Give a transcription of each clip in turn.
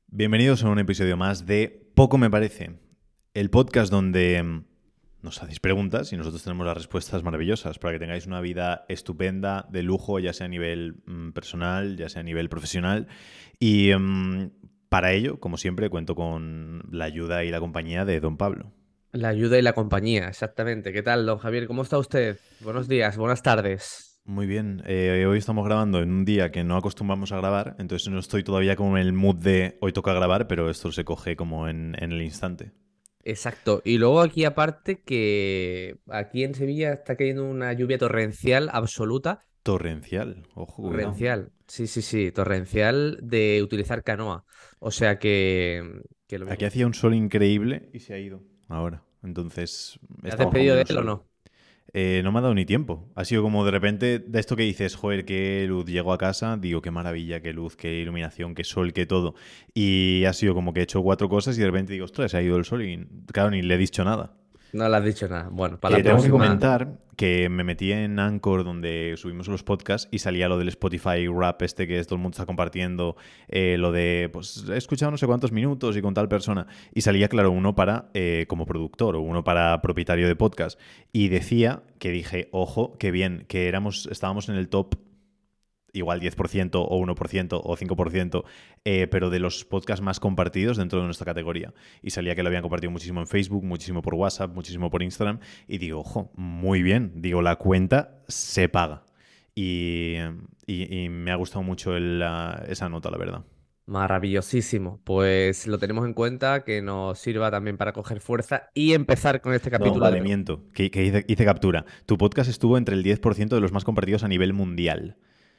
Bienvenidos a un episodio más de Poco Me Parece, el podcast donde nos hacéis preguntas y nosotros tenemos las respuestas maravillosas para que tengáis una vida estupenda, de lujo, ya sea a nivel personal, ya sea a nivel profesional. Y para ello, como siempre, cuento con la ayuda y la compañía de Don Pablo. La ayuda y la compañía, exactamente. ¿Qué tal, don Javier? ¿Cómo está usted? Buenos días, buenas tardes. Muy bien, hoy estamos grabando en un día que no acostumbramos a grabar, entonces no estoy todavía como en el mood de hoy toca grabar, pero esto se coge como en el instante. Exacto. Y luego aquí aparte que aquí en Sevilla está cayendo una lluvia torrencial absoluta. Torrencial, ojo, cuidado. Torrencial. Sí, sí, sí. Torrencial de utilizar canoa. O sea que lo Aquí mismo. hacía un sol increíble y se ha ido ahora. Entonces, ¿Te has estamos con despedido de menos él o sol. no? No me ha dado ni tiempo. Ha sido como de repente, de esto que dices, joder, qué luz. Llego a casa, digo, qué maravilla, qué luz, qué iluminación, qué sol, qué todo. Y ha sido como que he hecho cuatro cosas y de repente digo, ostras, se ha ido el sol y, claro, ni le he dicho nada. No le has dicho nada. Bueno, para la Tengo que próxima. comentar que me metí en Anchor donde subimos los podcasts y salía lo del Spotify Rap este que todo el mundo está compartiendo, lo de, pues he escuchado no sé cuántos minutos y con tal persona. Y salía, claro, uno para como productor o uno para propietario de podcast. Y decía que dije, ojo, qué bien, que estábamos en el top igual 10% o 1% o 5%, pero de los podcasts más compartidos dentro de nuestra categoría. Y salía que lo habían compartido muchísimo en Facebook, muchísimo por WhatsApp, muchísimo por Instagram. Y digo, ojo, muy bien. Digo, la cuenta se paga. Y, y me ha gustado mucho esa nota, la verdad. Maravillosísimo. Pues lo tenemos en cuenta, que nos sirva también para coger fuerza y empezar con este No, capítulo de vale, preguntas. miento, que hice captura. Tu podcast estuvo entre el 10% de los más compartidos a nivel mundial.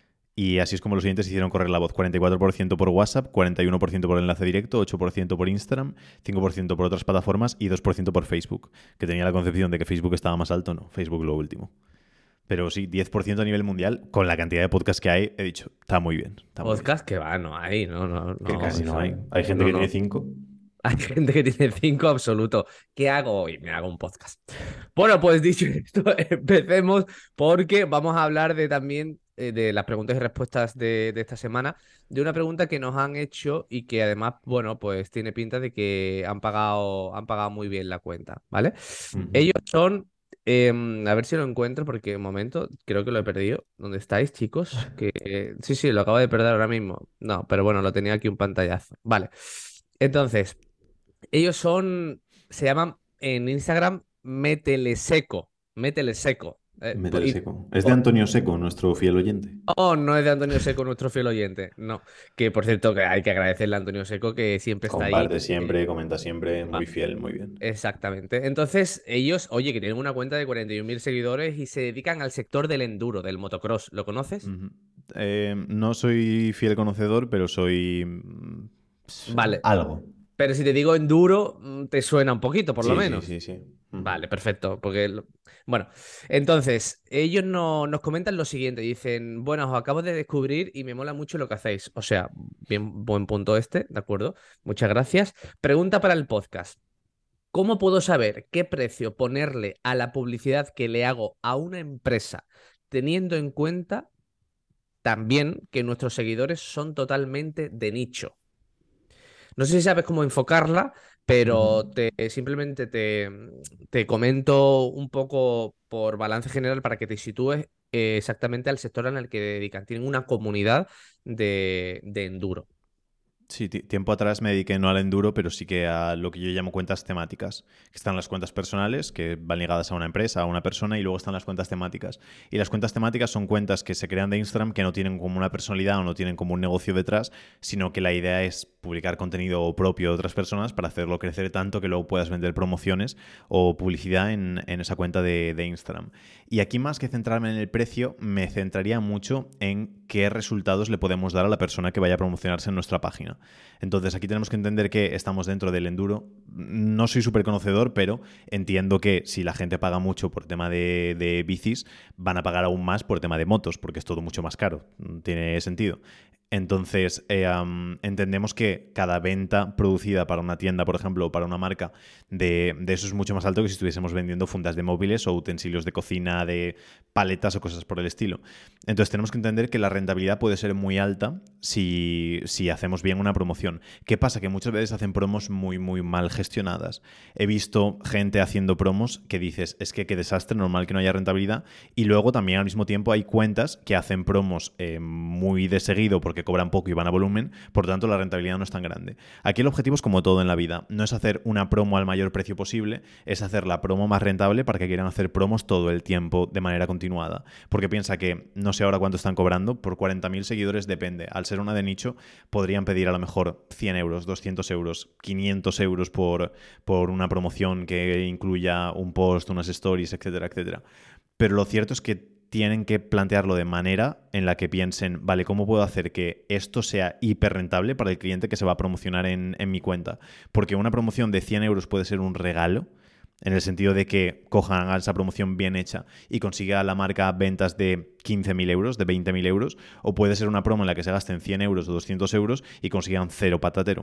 Y así es como los siguientes hicieron correr la voz. 44% por WhatsApp, 41% por enlace directo, 8% por Instagram, 5% por otras plataformas y 2% por Facebook. Que tenía la concepción de que Facebook estaba más alto, no, Facebook lo último. Pero sí, 10% a nivel mundial, con la cantidad de podcasts que hay, he dicho, está muy bien, está muy bien. Podcast que va, no hay, no, no, Que no, casi no eso, hay. Hay gente no, que tiene no. 5. Hay gente que tiene 5 absoluto. ¿Qué hago hoy? Me hago un podcast. Bueno, pues dicho esto, empecemos porque vamos a hablar de también de las preguntas y respuestas de esta semana, de una pregunta que nos han hecho y que además, bueno, pues tiene pinta de que han pagado muy bien la cuenta, ¿vale? Ellos son, a ver si lo encuentro porque un momento, creo que lo he perdido. ¿Dónde estáis, chicos? Que sí, sí, lo acabo de perder ahora mismo. No, pero bueno, lo tenía aquí un pantallazo. Vale. Entonces, ellos son, se llaman en Instagram Métele Seco. Métele Seco. Métele seco. Es de Oh, Antonio Seco, nuestro fiel oyente. no es de Antonio Seco, nuestro fiel oyente. No. Que por cierto, que hay que agradecerle a Antonio Seco que siempre está ahí. Comparte siempre, comenta siempre, muy fiel, muy bien. Exactamente. Entonces, ellos, oye, que tienen una cuenta de 41.000 seguidores y se dedican al sector del enduro, del motocross. ¿Lo conoces? Ujú. No soy fiel conocedor, pero soy Vale. algo. Pero si te digo enduro, te suena un poquito, por lo Sí, sí, menos. sí, sí. Vale, Ujú. perfecto. Porque, bueno, entonces, ellos nos comentan lo siguiente. Dicen, bueno, os acabo de descubrir y me mola mucho lo que hacéis. O sea, bien, buen punto este, ¿de acuerdo? Muchas gracias. Pregunta para el podcast. ¿Cómo puedo saber qué precio ponerle a la publicidad que le hago a una empresa, teniendo en cuenta también que nuestros seguidores son totalmente de nicho? No sé si sabes cómo enfocarla, Ujú. pero simplemente te comento un poco por balance general para que te sitúes exactamente al sector en el que dedican. Tienen una comunidad de enduro. Sí, tiempo atrás me dediqué no al enduro, pero sí que a lo que yo llamo cuentas temáticas. Que están las cuentas personales, que van ligadas a una empresa, a una persona, y luego están las cuentas temáticas. Y las cuentas temáticas son cuentas que se crean de Instagram que no tienen como una personalidad o no tienen como un negocio detrás, sino que la idea es publicar contenido propio de otras personas para hacerlo crecer tanto que luego puedas vender promociones o publicidad en esa cuenta de Instagram. Y aquí más que centrarme en el precio, me centraría mucho en qué resultados le podemos dar a la persona que vaya a promocionarse en nuestra página. Entonces aquí tenemos que entender que estamos dentro del enduro. No soy súper conocedor, pero entiendo que si la gente paga mucho por tema de bicis, van a pagar aún más por tema de motos, porque es todo mucho más caro. Tiene sentido. Entonces, entendemos que cada venta producida para una tienda, por ejemplo, o para una marca, de eso es mucho más alto que si estuviésemos vendiendo fundas de móviles o utensilios de cocina, de paletas o cosas por el estilo. Entonces, tenemos que entender que la rentabilidad puede ser muy alta si hacemos bien una promoción. ¿Qué pasa? Que muchas veces hacen promos muy, muy mal gestionadas. He visto gente haciendo promos que dices, es que qué desastre, normal que no haya rentabilidad. Y luego también al mismo tiempo hay cuentas que hacen promos muy de seguido porque cobran poco y van a volumen, por tanto la rentabilidad no es tan grande. Aquí el objetivo es como todo en la vida, no es hacer una promo al mayor precio posible, es hacer la promo más rentable para que quieran hacer promos todo el tiempo de manera continuada. Porque piensa que, no sé ahora cuánto están cobrando, por 40.000 seguidores depende. Al ser una de nicho, podrían pedir a lo mejor 100 euros, 200 euros, 500 euros por una promoción que incluya un post, unas stories, etcétera, etcétera. Pero lo cierto es que tienen que plantearlo de manera en la que piensen, vale, ¿cómo puedo hacer que esto sea hiper rentable para el cliente que se va a promocionar en mi cuenta? Porque una promoción de 100 euros puede ser un regalo, en el sentido de que cojan esa promoción bien hecha y consiga la marca ventas de 15.000 euros, de 20.000 euros, o puede ser una promo en la que se gasten 100 euros o 200 euros y consigan cero patatero.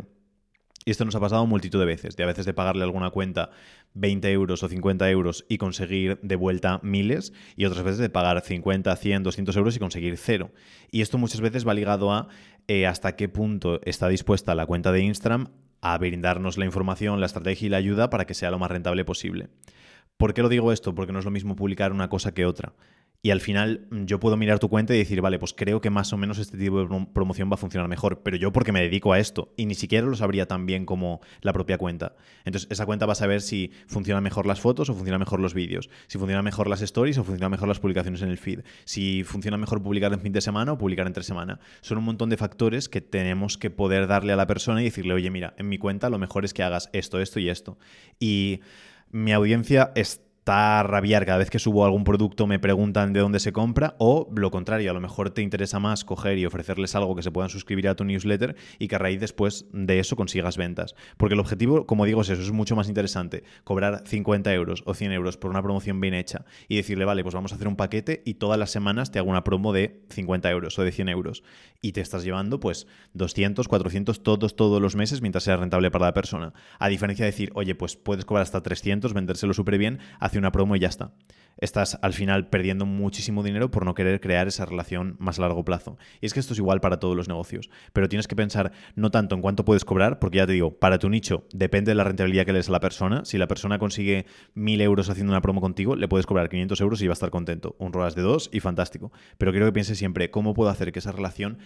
Y esto nos ha pasado multitud de veces, de a veces de pagarle a alguna cuenta 20 euros o 50 euros y conseguir de vuelta miles, y otras veces de pagar 50, 100, 200 euros y conseguir cero. Y esto muchas veces va ligado a hasta qué punto está dispuesta la cuenta de Instagram a brindarnos la información, la estrategia y la ayuda para que sea lo más rentable posible. ¿Por qué lo digo esto? Porque no es lo mismo publicar una cosa que otra. Y al final yo puedo mirar tu cuenta y decir, vale, pues creo que más o menos este tipo de promoción va a funcionar mejor, pero yo porque me dedico a esto y ni siquiera lo sabría tan bien como la propia cuenta. Entonces esa cuenta va a saber si funcionan mejor las fotos o funcionan mejor los vídeos, si funcionan mejor las stories o funcionan mejor las publicaciones en el feed, si funciona mejor publicar en fin de semana o publicar entre semana. Son un montón de factores que tenemos que poder darle a la persona y decirle, oye, mira, en mi cuenta lo mejor es que hagas esto, esto y esto. Y mi audiencia está a rabiar cada vez que subo algún producto, me preguntan de dónde se compra, o lo contrario, a lo mejor te interesa más coger y ofrecerles algo que se puedan suscribir a tu newsletter y que a raíz después de eso consigas ventas. Porque el objetivo, como digo, es eso, es mucho más interesante cobrar 50 euros o 100 euros por una promoción bien hecha y decirle, vale, pues vamos a hacer un paquete y todas las semanas te hago una promo de 50 euros o de 100 euros y te estás llevando pues 200, 400 todos los meses mientras sea rentable para la persona. A diferencia de decir, oye, pues puedes cobrar hasta 300, vendérselo súper bien, hace una promo y ya está. Estás al final perdiendo muchísimo dinero por no querer crear esa relación más a largo plazo. Y es que esto es igual para todos los negocios, pero tienes que pensar no tanto en cuánto puedes cobrar, porque ya te digo, para tu nicho depende de la rentabilidad que le des a la persona. Si la persona consigue 1.000 euros haciendo una promo contigo, le puedes cobrar 500 euros y va a estar contento. Un ROAS de 2 y fantástico. Pero quiero que pienses siempre cómo puedo hacer que esa relación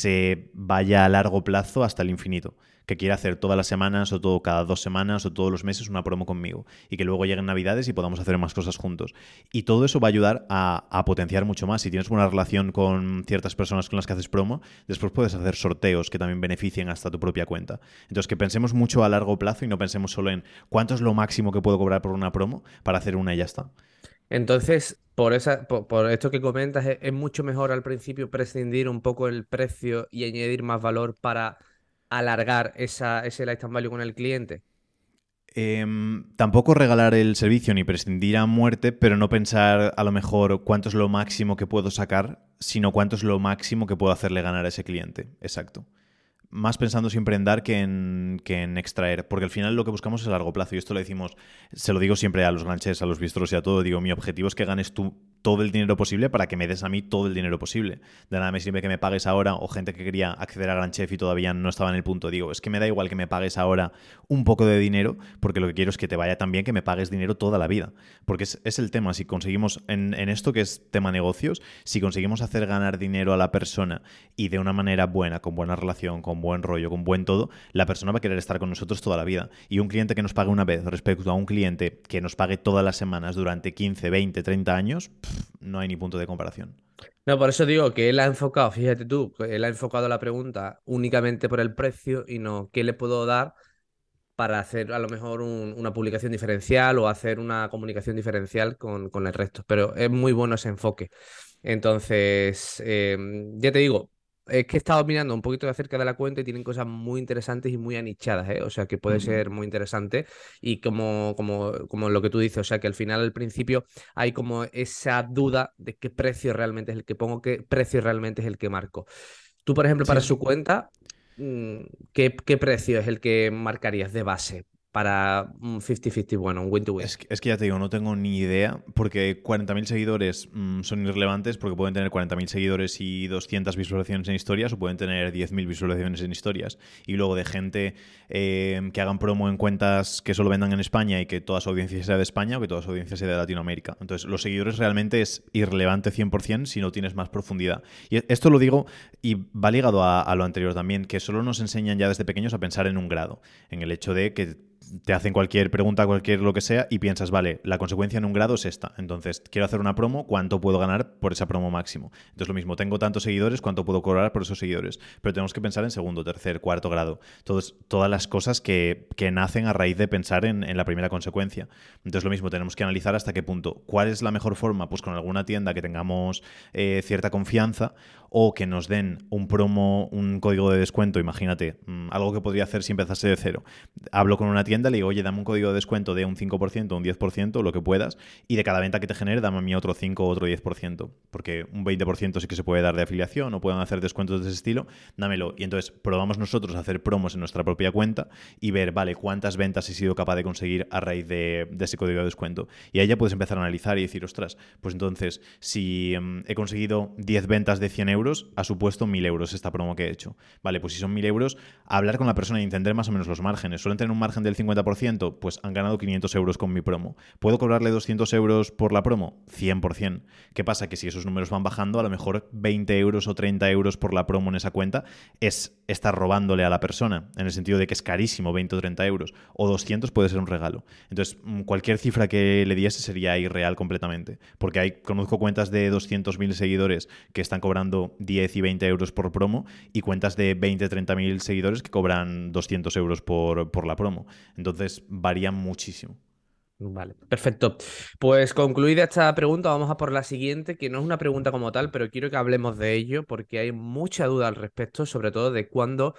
se vaya a largo plazo hasta el infinito. Que quiera hacer todas las semanas o todo cada 2 semanas o todos los meses una promo conmigo y que luego lleguen Navidades y podamos hacer más cosas juntos. Y todo eso va a ayudar a potenciar mucho más. Si tienes una relación con ciertas personas con las que haces promo, después puedes hacer sorteos que también beneficien hasta tu propia cuenta. Entonces, que pensemos mucho a largo plazo y no pensemos solo en cuánto es lo máximo que puedo cobrar por una promo para hacer una y ya está. Entonces, por esto que comentas, es mucho mejor al principio prescindir un poco el precio y añadir más valor para alargar ese lifetime value con el cliente. Tampoco regalar el servicio ni prescindir a muerte, pero no pensar a lo mejor cuánto es lo máximo que puedo sacar, sino cuánto es lo máximo que puedo hacerle ganar a ese cliente. Exacto. Más pensando siempre en dar que en extraer, porque al final lo que buscamos es a largo plazo y esto lo decimos, se lo digo siempre a los granchers, a los bistros y a todo, digo, mi objetivo es que ganes tú todo el dinero posible para que me des a mí todo el dinero posible. De nada me sirve que me pagues ahora o gente que quería acceder a Gran Chef y todavía no estaba en el punto. Digo, es que me da igual que me pagues ahora un poco de dinero porque lo que quiero es que te vaya tan bien que me pagues dinero toda la vida. Porque es el tema, si conseguimos en esto que es tema negocios, si conseguimos hacer ganar dinero a la persona y de una manera buena, con buena relación, con buen rollo, con buen todo, la persona va a querer estar con nosotros toda la vida. Y un cliente que nos pague una vez respecto a un cliente que nos pague todas las semanas durante 15, 20, 30 años, no hay ni punto de comparación. No, por eso digo que él ha enfocado, fíjate tú, que él ha enfocado la pregunta únicamente por el precio y no qué le puedo dar para hacer a lo mejor una publicación diferencial o hacer una comunicación diferencial con el resto. Pero es muy bueno ese enfoque. Entonces, ya te digo, es que he estado mirando un poquito de acerca de la cuenta y tienen cosas muy interesantes y muy anichadas, ¿eh? O sea, que puede ser muy interesante y como lo que tú dices, o sea, que al final, al principio, hay como esa duda de qué precio realmente es el que pongo, qué precio realmente es el que marco. Tú, por ejemplo, para Sí. su cuenta, ¿qué precio es el que marcarías de base? para un 50-50 bueno, un win-to-win? Es que ya te digo, no tengo ni idea, porque 40.000 seguidores son irrelevantes porque pueden tener 40.000 seguidores y 200 visualizaciones en historias o pueden tener 10.000 visualizaciones en historias. Y luego de gente que hagan promo en cuentas que solo vendan en España y que toda su audiencia sea de España o que toda su audiencia sea de Latinoamérica. Entonces, los seguidores realmente es irrelevante 100% si no tienes más profundidad. Y esto lo digo y va ligado a lo anterior también, que solo nos enseñan ya desde pequeños a pensar en un grado, en el hecho de que te hacen cualquier pregunta, cualquier lo que sea, y piensas, vale, la consecuencia en un grado es esta. Entonces, quiero hacer una promo, ¿cuánto puedo ganar por esa promo máximo? Entonces, lo mismo, tengo tantos seguidores, ¿cuánto puedo cobrar por esos seguidores? Pero tenemos que pensar en segundo, tercer, cuarto grado. Todas las cosas que nacen a raíz de pensar en la primera consecuencia. Entonces, lo mismo, tenemos que analizar hasta qué punto. ¿Cuál es la mejor forma? Pues con alguna tienda que tengamos cierta confianza o que nos den un promo, un código de descuento, imagínate, algo que podría hacer si empezase de cero. Hablo con una tienda, le digo, oye, dame un código de descuento de un 5%, un 10%, lo que puedas, y de cada venta que te genere, dame a mí otro 5 o otro 10%, porque un 20% sí que se puede dar de afiliación o pueden hacer descuentos de ese estilo, dámelo. Y entonces probamos nosotros a hacer promos en nuestra propia cuenta y ver, vale, cuántas ventas he sido capaz de conseguir a raíz de ese código de descuento. Y ahí ya puedes empezar a analizar y decir, ostras, pues entonces, si he conseguido 10 ventas de 100 euros, ha supuesto 1.000 euros esta promo que he hecho. Vale, pues si son 1.000 euros, hablar con la persona y entender más o menos los márgenes. Suelen tener un margen del 50%, pues han ganado 500 euros con mi promo. ¿Puedo cobrarle 200 euros por la promo? 100%. ¿Qué pasa? Que si esos números van bajando, a lo mejor 20 euros o 30 euros por la promo en esa cuenta es estar robándole a la persona, en el sentido de que es carísimo, 20 o 30 euros. O 200 puede ser un regalo. Entonces, cualquier cifra que le diese sería irreal completamente. Porque conozco cuentas de 200.000 seguidores que están cobrando 10 y 20 euros por promo y cuentas de 20, 30.000 seguidores que cobran 200 euros por la promo. Entonces varía muchísimo. Vale, perfecto. Pues concluida esta pregunta, vamos a por la siguiente, que no es una pregunta como tal, pero quiero que hablemos de ello porque hay mucha duda al respecto, sobre todo de cuándo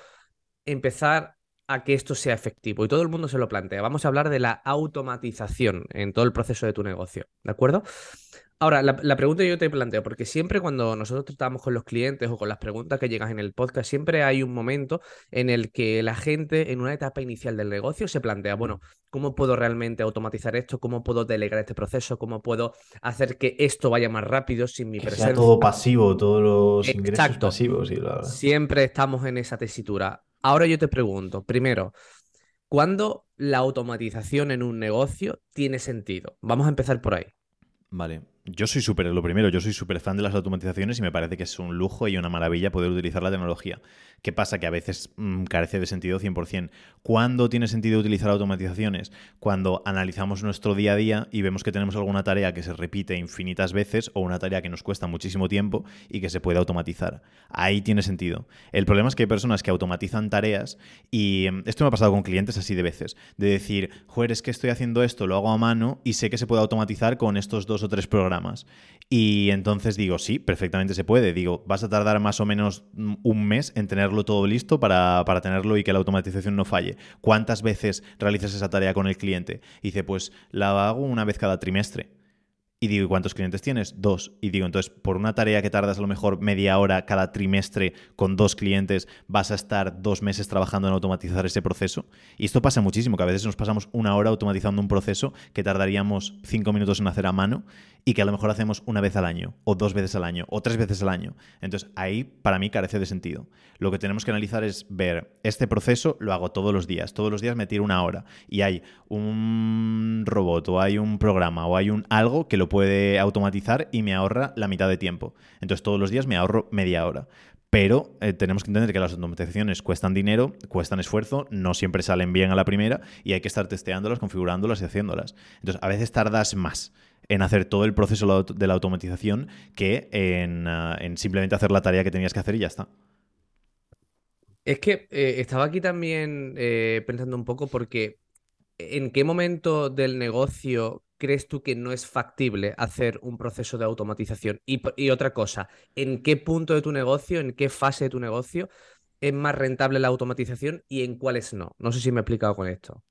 empezar a que esto sea efectivo. Y todo el mundo se lo plantea. Vamos a hablar de la automatización en todo el proceso de tu negocio, ¿de acuerdo? Ahora, la pregunta que yo te planteo, porque siempre cuando nosotros tratamos con los clientes o con las preguntas que llegan en el podcast, siempre hay un momento en el que la gente en una etapa inicial del negocio se plantea, bueno, ¿cómo puedo realmente automatizar esto? ¿Cómo puedo delegar este proceso? ¿Cómo puedo hacer que esto vaya más rápido sin mi Que sea presencia? todo pasivo, todos los ingresos Exacto. pasivos y bla, bla. Siempre estamos en esa tesitura. Ahora yo te pregunto, primero, ¿cuándo la automatización en un negocio tiene sentido? Vamos a empezar por ahí. Vale. Lo primero, yo soy súper fan de las automatizaciones y me parece que es un lujo y una maravilla poder utilizar la tecnología. ¿Qué pasa? Que a veces carece de sentido 100%. ¿Cuándo tiene sentido utilizar automatizaciones? Cuando analizamos nuestro día a día y vemos que tenemos alguna tarea que se repite infinitas veces o una tarea que nos cuesta muchísimo tiempo y que se puede automatizar. Ahí tiene sentido. El problema es que hay personas que automatizan tareas y esto me ha pasado con clientes así de veces, de decir, joder, es que estoy haciendo esto, lo hago a mano y sé que se puede automatizar con estos 2 o 3 programas. Y entonces digo, sí, perfectamente se puede. Digo, vas a tardar más o menos un mes en tenerlo todo listo para tenerlo y que la automatización no falle. ¿Cuántas veces realizas esa tarea con el cliente? Y dice, pues la hago una vez cada trimestre. Y digo, ¿y cuántos clientes tienes? 2. Y digo, entonces, por una tarea que tardas a lo mejor media hora cada trimestre con 2 clientes, vas a estar 2 meses trabajando en automatizar ese proceso. Y esto pasa muchísimo, que a veces nos pasamos una hora automatizando un proceso que tardaríamos 5 minutos en hacer a mano y que a lo mejor hacemos una vez al año, o 2 veces al año, o 3 veces al año. Entonces, ahí para mí carece de sentido. Lo que tenemos que analizar es ver, este proceso lo hago todos los días me tiro una hora y hay un robot o hay un programa o hay un algo que lo puede automatizar y me ahorra la mitad de tiempo. Entonces todos los días me ahorro media hora. Pero tenemos que entender que las automatizaciones cuestan dinero, cuestan esfuerzo, no siempre salen bien a la primera y hay que estar testeándolas, configurándolas y haciéndolas. Entonces a veces tardas más en hacer todo el proceso de la automatización que en simplemente hacer la tarea que tenías que hacer y ya está. Es que estaba aquí también pensando un poco porque ¿en qué momento del negocio crees tú que no es factible hacer un proceso de automatización? Y otra cosa, ¿en qué punto de tu negocio, en qué fase de tu negocio es más rentable la automatización y en cuáles no? No sé si me he explicado con esto.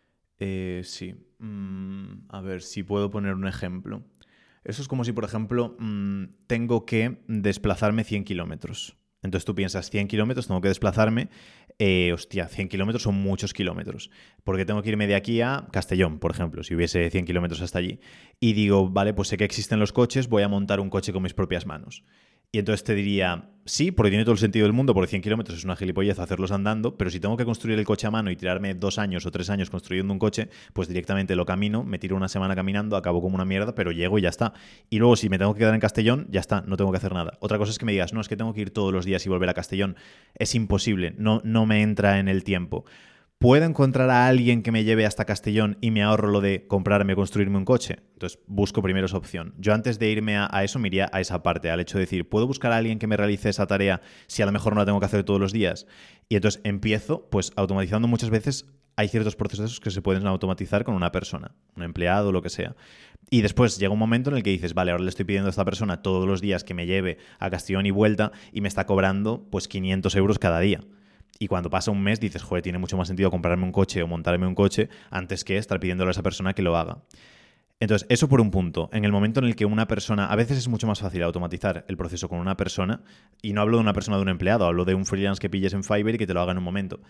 Sí. A ver si puedo poner un ejemplo. Eso es como si, por ejemplo, tengo que desplazarme 100 kilómetros. Entonces tú piensas, 100 kilómetros, tengo que desplazarme. Hostia, 100 kilómetros son muchos kilómetros. Porque tengo que irme de aquí a Castellón, por ejemplo, si hubiese 100 kilómetros hasta allí. Y digo, vale, pues sé que existen los coches, voy a montar un coche con mis propias manos. Y entonces te diría, sí, porque tiene todo el sentido del mundo, porque 100 kilómetros es una gilipollez hacerlos andando, pero si tengo que construir el coche a mano y tirarme 2 años o 3 años construyendo un coche, pues directamente lo camino, me tiro una semana caminando, acabo como una mierda, pero llego y ya está. Y luego si me tengo que quedar en Castellón, ya está, no tengo que hacer nada. Otra cosa es que me digas, no, es que tengo que ir todos los días y volver a Castellón. Es imposible, no me entra en el tiempo. ¿Puedo encontrar a alguien que me lleve hasta Castellón y me ahorro lo de comprarme o construirme un coche? Entonces busco primero esa opción. Yo antes de irme a eso me iría a esa parte, al hecho de decir, ¿puedo buscar a alguien que me realice esa tarea si a lo mejor no la tengo que hacer todos los días? Y entonces empiezo, pues automatizando muchas veces. Hay ciertos procesos que se pueden automatizar con una persona, un empleado, lo que sea. Y después llega un momento en el que dices, vale, ahora le estoy pidiendo a esta persona todos los días que me lleve a Castellón y vuelta y me está cobrando pues 500 euros cada día. Y cuando pasa un mes dices, joder, tiene mucho más sentido comprarme un coche o montarme un coche antes que estar pidiéndole a esa persona que lo haga. Entonces, eso por un punto. En el momento en el que una persona... A veces es mucho más fácil automatizar el proceso con una persona, y no hablo de una persona, de un empleado, hablo de un freelance que pilles en Fiverr y que te lo haga en un momento.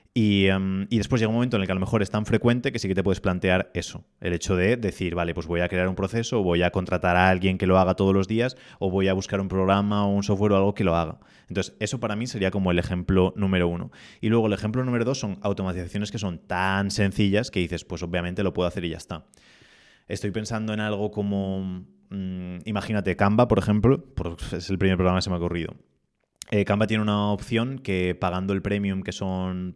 Y después llega un momento en el que a lo mejor es tan frecuente que sí que te puedes plantear eso. El hecho de decir, vale, pues voy a crear un proceso, o voy a contratar a alguien que lo haga todos los días, o voy a buscar un programa o un software o algo que lo haga. Entonces, eso para mí sería como el ejemplo número 1. Y luego el ejemplo número 2 son automatizaciones que son tan sencillas que dices, pues obviamente lo puedo hacer y ya está. Estoy pensando en algo como... imagínate, Canva, por ejemplo, es el primer programa que se me ha ocurrido. Canva tiene una opción que pagando el premium, que son...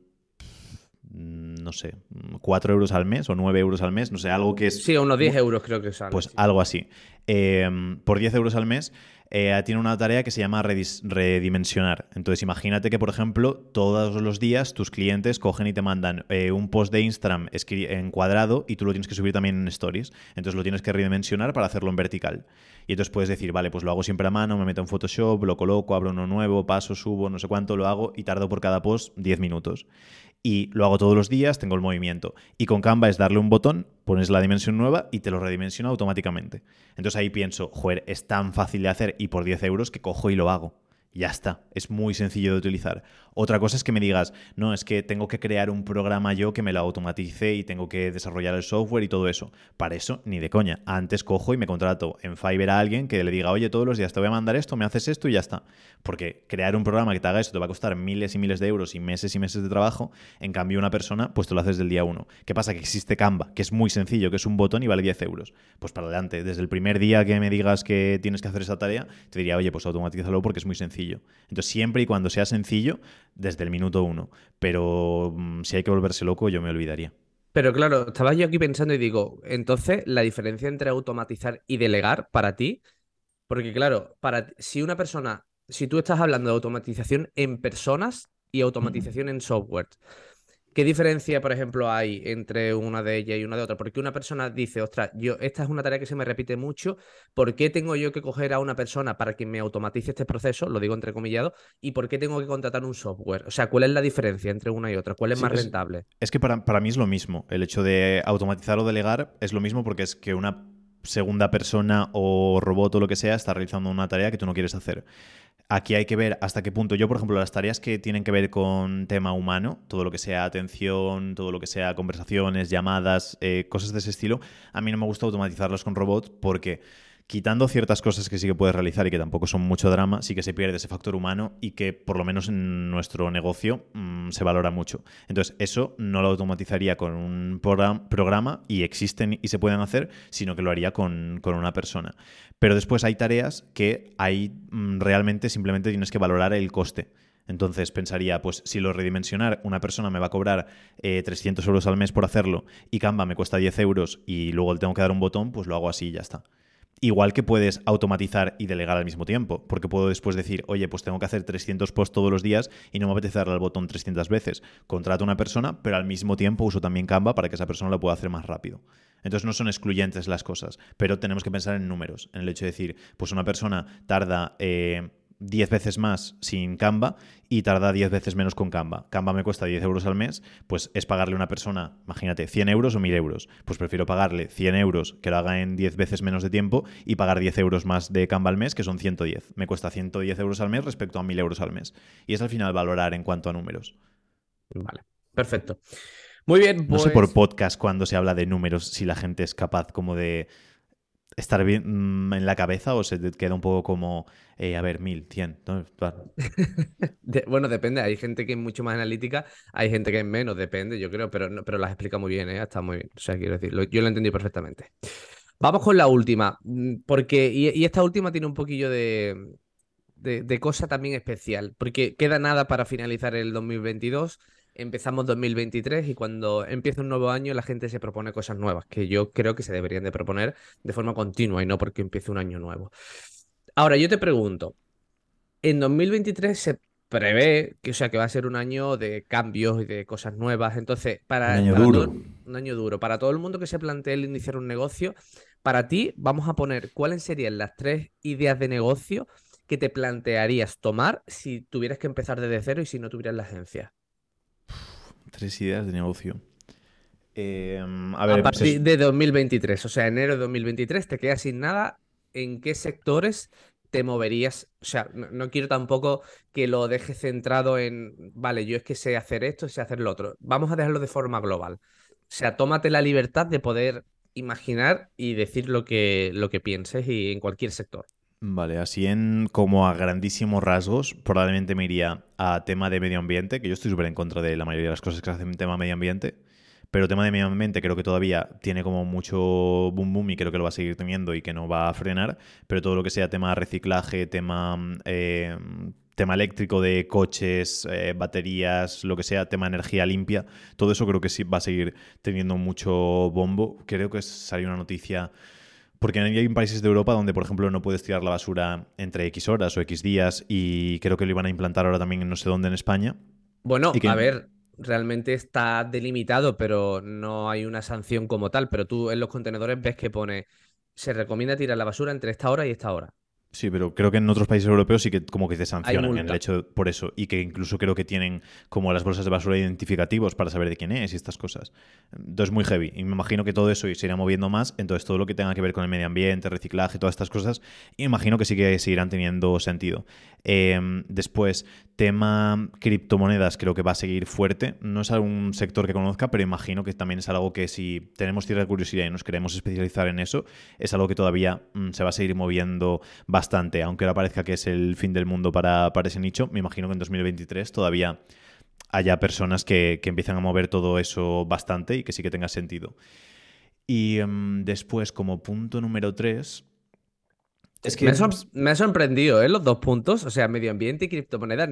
no sé, 4 euros al mes o 9 euros al mes, no sé, algo que es... Sí, unos 10 euros creo que sale. Pues sí. algo así. Por 10 euros al mes tiene una tarea que se llama redimensionar. Entonces imagínate que, por ejemplo, todos los días tus clientes cogen y te mandan un post de Instagram encuadrado y tú lo tienes que subir también en Stories. Entonces lo tienes que redimensionar para hacerlo en vertical. Y entonces puedes decir, vale, pues lo hago siempre a mano, me meto en Photoshop, lo coloco, abro uno nuevo, paso, subo, no sé cuánto, lo hago y tardo por cada post 10 minutos. Y lo hago todos los días, tengo el movimiento. Y con Canva es darle un botón, pones la dimensión nueva y te lo redimensiona automáticamente. Entonces ahí pienso, joder, es tan fácil de hacer y por 10 euros que cojo y lo hago. Ya está, es muy sencillo de utilizar. Otra cosa es que me digas, no, es que tengo que crear un programa yo que me lo automatice y tengo que desarrollar el software y todo eso. Para eso, ni de coña. Antes cojo y me contrato en Fiverr a alguien que le diga, oye, todos los días te voy a mandar esto, me haces esto y ya está. Porque crear un programa que te haga eso te va a costar miles y miles de euros y meses de trabajo. En cambio, una persona, pues te lo haces del día 1. ¿Qué pasa? Que existe Canva, que es muy sencillo, que es un botón y vale 10 euros. Pues para adelante, desde el primer día que me digas que tienes que hacer esa tarea, te diría, oye, pues automatízalo porque es muy sencillo. Entonces, siempre y cuando sea sencillo, desde el minuto 1. Pero si hay que volverse loco, yo me olvidaría. Pero claro, estaba yo aquí pensando y digo, entonces, la diferencia entre automatizar y delegar para ti, porque claro, si tú estás hablando de automatización en personas y automatización en software, ¿qué diferencia, por ejemplo, hay entre una de ellas y una de otra? Porque una persona dice, ostras, esta es una tarea que se me repite mucho, ¿por qué tengo yo que coger a una persona para que me automatice este proceso? Lo digo entrecomillado, ¿y por qué tengo que contratar un software? O sea, ¿cuál es la diferencia entre una y otra? ¿Cuál es Sí, más rentable? es que para mí es lo mismo. El hecho de automatizar o delegar es lo mismo porque es que una segunda persona o robot o lo que sea está realizando una tarea que tú no quieres hacer. Aquí hay que ver hasta qué punto. Yo, por ejemplo, las tareas que tienen que ver con tema humano, todo lo que sea atención, todo lo que sea conversaciones, llamadas, cosas de ese estilo, a mí no me gusta automatizarlas con robots porque quitando ciertas cosas que sí que puedes realizar y que tampoco son mucho drama, sí que se pierde ese factor humano y que por lo menos en nuestro negocio se valora mucho. Entonces, eso no lo automatizaría con un programa y existen y se pueden hacer, sino que lo haría con una persona. Pero después hay tareas que realmente simplemente tienes que valorar el coste. Entonces pensaría, pues si lo redimensionar, una persona me va a cobrar 300 euros al mes por hacerlo y Canva me cuesta 10 euros y luego le tengo que dar un botón, pues lo hago así y ya está. Igual que puedes automatizar y delegar al mismo tiempo, porque puedo después decir, oye, pues tengo que hacer 300 posts todos los días y no me apetece darle al botón 300 veces. Contrato a una persona, pero al mismo tiempo uso también Canva para que esa persona lo pueda hacer más rápido. Entonces no son excluyentes las cosas, pero tenemos que pensar en números, en el hecho de decir, pues una persona tarda 10 veces más sin Canva y tarda 10 veces menos con Canva. Canva me cuesta 10 euros al mes, pues es pagarle a una persona, imagínate, 100 euros o 1000 euros. Pues prefiero pagarle 100 euros que lo haga en 10 veces menos de tiempo y pagar 10 euros más de Canva al mes, que son 110. Me cuesta 110 euros al mes respecto a 1000 euros al mes. Y es al final valorar en cuanto a números. Vale, perfecto. Muy bien, No sé por pues podcast cuando se habla de números si la gente es capaz como de estar bien en la cabeza o se te queda un poco como, a ver, 1000, 100. ¿No? bueno, depende. Hay gente que es mucho más analítica, hay gente que es menos, depende, yo creo, pero, pero las explica muy bien, ¿eh? Está muy bien. O sea, quiero decir, yo lo entendí perfectamente. Vamos con la última, porque, y esta última tiene un poquillo de cosa también especial, porque queda nada para finalizar el 2022, empezamos 2023 y cuando empieza un nuevo año la gente se propone cosas nuevas, que yo creo que se deberían de proponer de forma continua y no porque empiece un año nuevo. Ahora, yo te pregunto, en 2023 se prevé que, o sea, que va a ser un año de cambios y de cosas nuevas. Entonces, Un año para duro. todo, un año duro, para todo el mundo que se plantee el iniciar un negocio, para ti vamos a poner cuáles serían las 3 ideas de negocio que te plantearías tomar si tuvieras que empezar desde cero y si no tuvieras la agencia. 3 ideas de negocio. A A ver, partir de 2023, o sea, enero de 2023, te quedas sin nada. ¿En qué sectores te moverías? O sea, no quiero tampoco que lo dejes centrado en, vale, yo es que sé hacer esto, sé hacer lo otro. Vamos a dejarlo de forma global. O sea, tómate la libertad de poder imaginar y decir lo que pienses y en cualquier sector. vale, así en como a grandísimos rasgos, probablemente me iría a tema de medio ambiente, que yo estoy súper en contra de la mayoría de las cosas que se hacen en tema medio ambiente, pero tema de medio ambiente creo que todavía tiene como mucho boom boom y creo que lo va a seguir teniendo y que no va a frenar, pero todo lo que sea tema reciclaje, tema eléctrico de coches, baterías, lo que sea, tema energía limpia, todo eso creo que sí va a seguir teniendo mucho bombo. Creo que salió una noticia porque hay países de Europa donde, por ejemplo, no puedes tirar la basura entre X horas o X días y creo que lo iban a implantar ahora también en no sé dónde en España. Bueno, Y a que ver, realmente está delimitado, pero no hay una sanción como tal. Pero tú en los contenedores ves que pone, se recomienda tirar la basura entre esta hora y esta hora. sí, pero creo que en otros países europeos sí que como que te Hay sancionan en el multa. hecho por eso y que incluso creo que tienen como las bolsas de basura identificativos para saber de quién es y estas cosas. Entonces muy heavy y me imagino que todo eso se irá moviendo más, entonces todo lo que tenga que ver con el medio ambiente, reciclaje, todas estas cosas, imagino que sí que seguirán teniendo sentido. Después, tema criptomonedas creo que va a seguir fuerte. No es algún sector que conozca, pero imagino que también es algo que si tenemos cierta curiosidad y nos queremos especializar en eso, es algo que todavía se va a seguir moviendo bastante, aunque ahora parezca que es el fin del mundo para ese nicho. Me imagino que en 2023 todavía haya personas que empiezan a mover todo eso bastante y que sí que tenga sentido. Y después, como punto número 3, es que Me ha sorprendido, ¿eh? Los 2 puntos, o sea, medio ambiente y criptomonedas.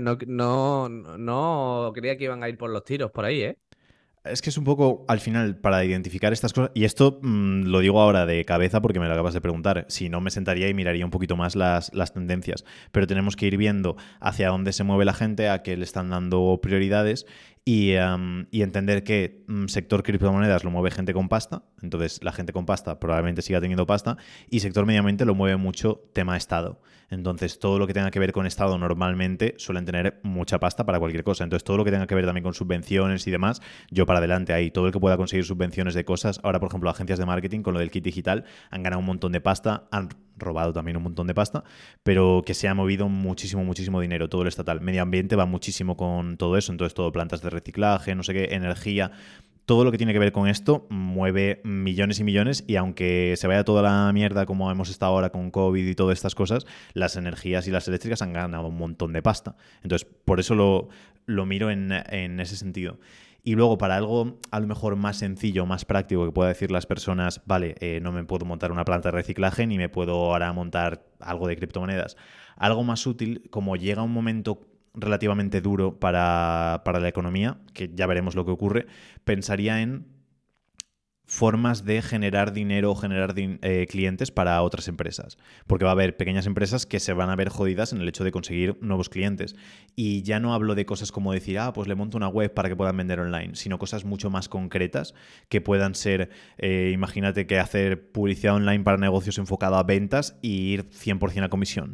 No creía que iban a ir por los tiros por ahí, ¿eh? es un poco, al final, para identificar estas cosas, y esto lo digo ahora de cabeza porque me lo acabas de preguntar, si no me sentaría y miraría un poquito más las tendencias, pero tenemos que ir viendo hacia dónde se mueve la gente, a qué le están dando prioridades y entender que sector criptomonedas lo mueve gente con pasta, entonces la gente con pasta probablemente siga teniendo pasta, y sector medio ambiente lo mueve mucho tema Estado. Entonces, todo lo que tenga que ver con Estado normalmente suelen tener mucha pasta para cualquier cosa. Entonces, todo lo que tenga que ver también con subvenciones y demás, yo para adelante ahí. Todo el que pueda conseguir subvenciones de cosas. Ahora, por ejemplo, agencias de marketing con lo del kit digital han ganado un montón de pasta, han robado también un montón de pasta, pero que se ha movido muchísimo, muchísimo dinero, todo el estatal. Medio ambiente va muchísimo con todo eso, entonces todo plantas de reciclaje, no sé qué, energía. Todo lo que tiene que ver con esto mueve millones y millones y aunque se vaya toda la mierda como hemos estado ahora con COVID y todas estas cosas, las energías y las eléctricas han ganado un montón de pasta. Entonces, por eso lo miro en ese sentido. Y luego, para algo a lo mejor más sencillo, más práctico, que pueda decir las personas, vale, no me puedo montar una planta de reciclaje ni me puedo ahora montar algo de criptomonedas. Algo más útil, como llega un momento relativamente duro para la economía, que ya veremos lo que ocurre, pensaría en formas de generar dinero o generar clientes para otras empresas. Porque va a haber pequeñas empresas que se van a ver jodidas en el hecho de conseguir nuevos clientes. Y ya no hablo de cosas como decir, pues le monto una web para que puedan vender online, sino cosas mucho más concretas que puedan ser, imagínate que hacer publicidad online para negocios enfocado a ventas y ir 100% a comisión.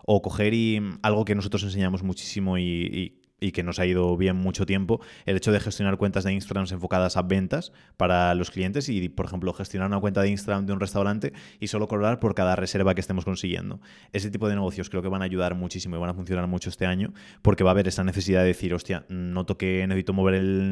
O coger y algo que nosotros enseñamos muchísimo y que nos ha ido bien mucho tiempo, el hecho de gestionar cuentas de Instagram enfocadas a ventas para los clientes y, por ejemplo, gestionar una cuenta de Instagram de un restaurante y solo cobrar por cada reserva que estemos consiguiendo. Ese tipo de negocios creo que van a ayudar muchísimo y van a funcionar mucho este año porque va a haber esa necesidad de decir, hostia, noto que necesito mover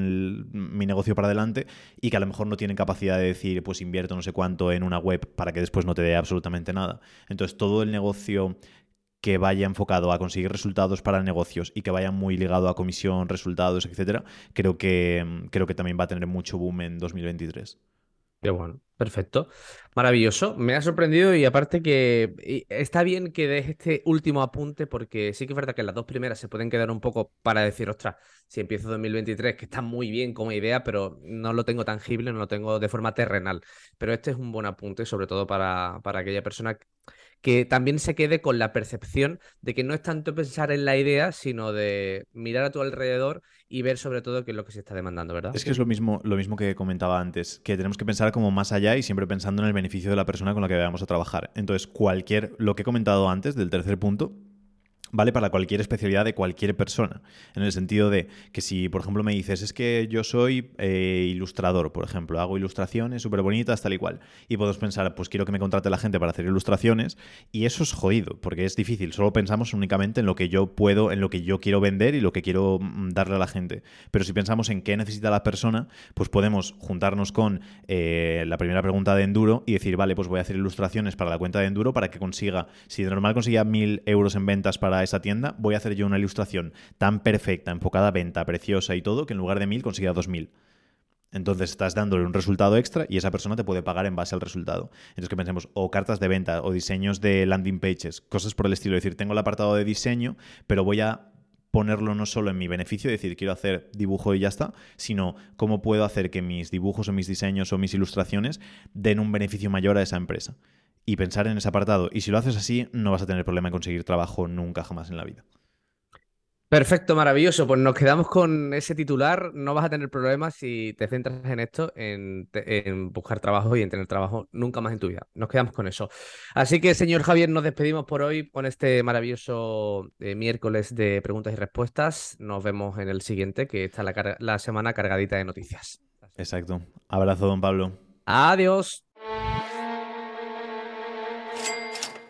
mi negocio para adelante y que a lo mejor no tienen capacidad de decir, pues invierto no sé cuánto en una web para que después no te dé absolutamente nada. Entonces, todo el negocio que vaya enfocado a conseguir resultados para negocios y que vaya muy ligado a comisión, resultados, etcétera, creo que también va a tener mucho boom en 2023. Qué bueno, perfecto. Maravilloso. Me ha sorprendido y aparte que está bien que des este último apunte porque sí que es verdad que las dos primeras se pueden quedar un poco para decir, ostras, si empiezo 2023, que está muy bien como idea, pero no lo tengo tangible, no lo tengo de forma terrenal. Pero este es un buen apunte, sobre todo para aquella persona que también se quede con la percepción de que no es tanto pensar en la idea, sino de mirar a tu alrededor y ver sobre todo qué es lo que se está demandando, ¿verdad? Es que es lo mismo que comentaba antes, que tenemos que pensar como más allá y siempre pensando en el beneficio de la persona con la que vayamos a trabajar. Entonces, lo que he comentado antes del tercer punto, vale para cualquier especialidad de cualquier persona. En el sentido de que si, por ejemplo, me dices, es que yo soy ilustrador, por ejemplo, hago ilustraciones súper bonitas, tal y cual. Y podemos pensar, pues quiero que me contrate la gente para hacer ilustraciones. Y eso es jodido, porque es difícil. Solo pensamos únicamente en lo que yo puedo, en lo que yo quiero vender y lo que quiero darle a la gente. Pero si pensamos en qué necesita la persona, pues podemos juntarnos con la primera pregunta de Enduro y decir, vale, pues voy a hacer ilustraciones para la cuenta de Enduro para que consiga, si de normal conseguía 1.000 euros en ventas para esa tienda, voy a hacer yo una ilustración tan perfecta, enfocada a venta, preciosa y todo, que en lugar de 1.000 consiga 2.000. Entonces estás dándole un resultado extra y esa persona te puede pagar en base al resultado. Entonces que pensemos, o cartas de venta, o diseños de landing pages, cosas por el estilo. Es decir, tengo el apartado de diseño, pero voy a ponerlo no solo en mi beneficio, decir, quiero hacer dibujo y ya está, sino cómo puedo hacer que mis dibujos o mis diseños o mis ilustraciones den un beneficio mayor a esa empresa. Y pensar en ese apartado. Y si lo haces así, no vas a tener problema en conseguir trabajo nunca jamás en la vida. Perfecto, maravilloso. Pues nos quedamos con ese titular. No vas a tener problemas si te centras en esto, en buscar trabajo y en tener trabajo nunca más en tu vida. Nos quedamos con eso. Así que, señor Javier, nos despedimos por hoy con este maravilloso miércoles de preguntas y respuestas. Nos vemos en el siguiente, que está la semana cargadita de noticias. Exacto. Abrazo, don Pablo. Adiós.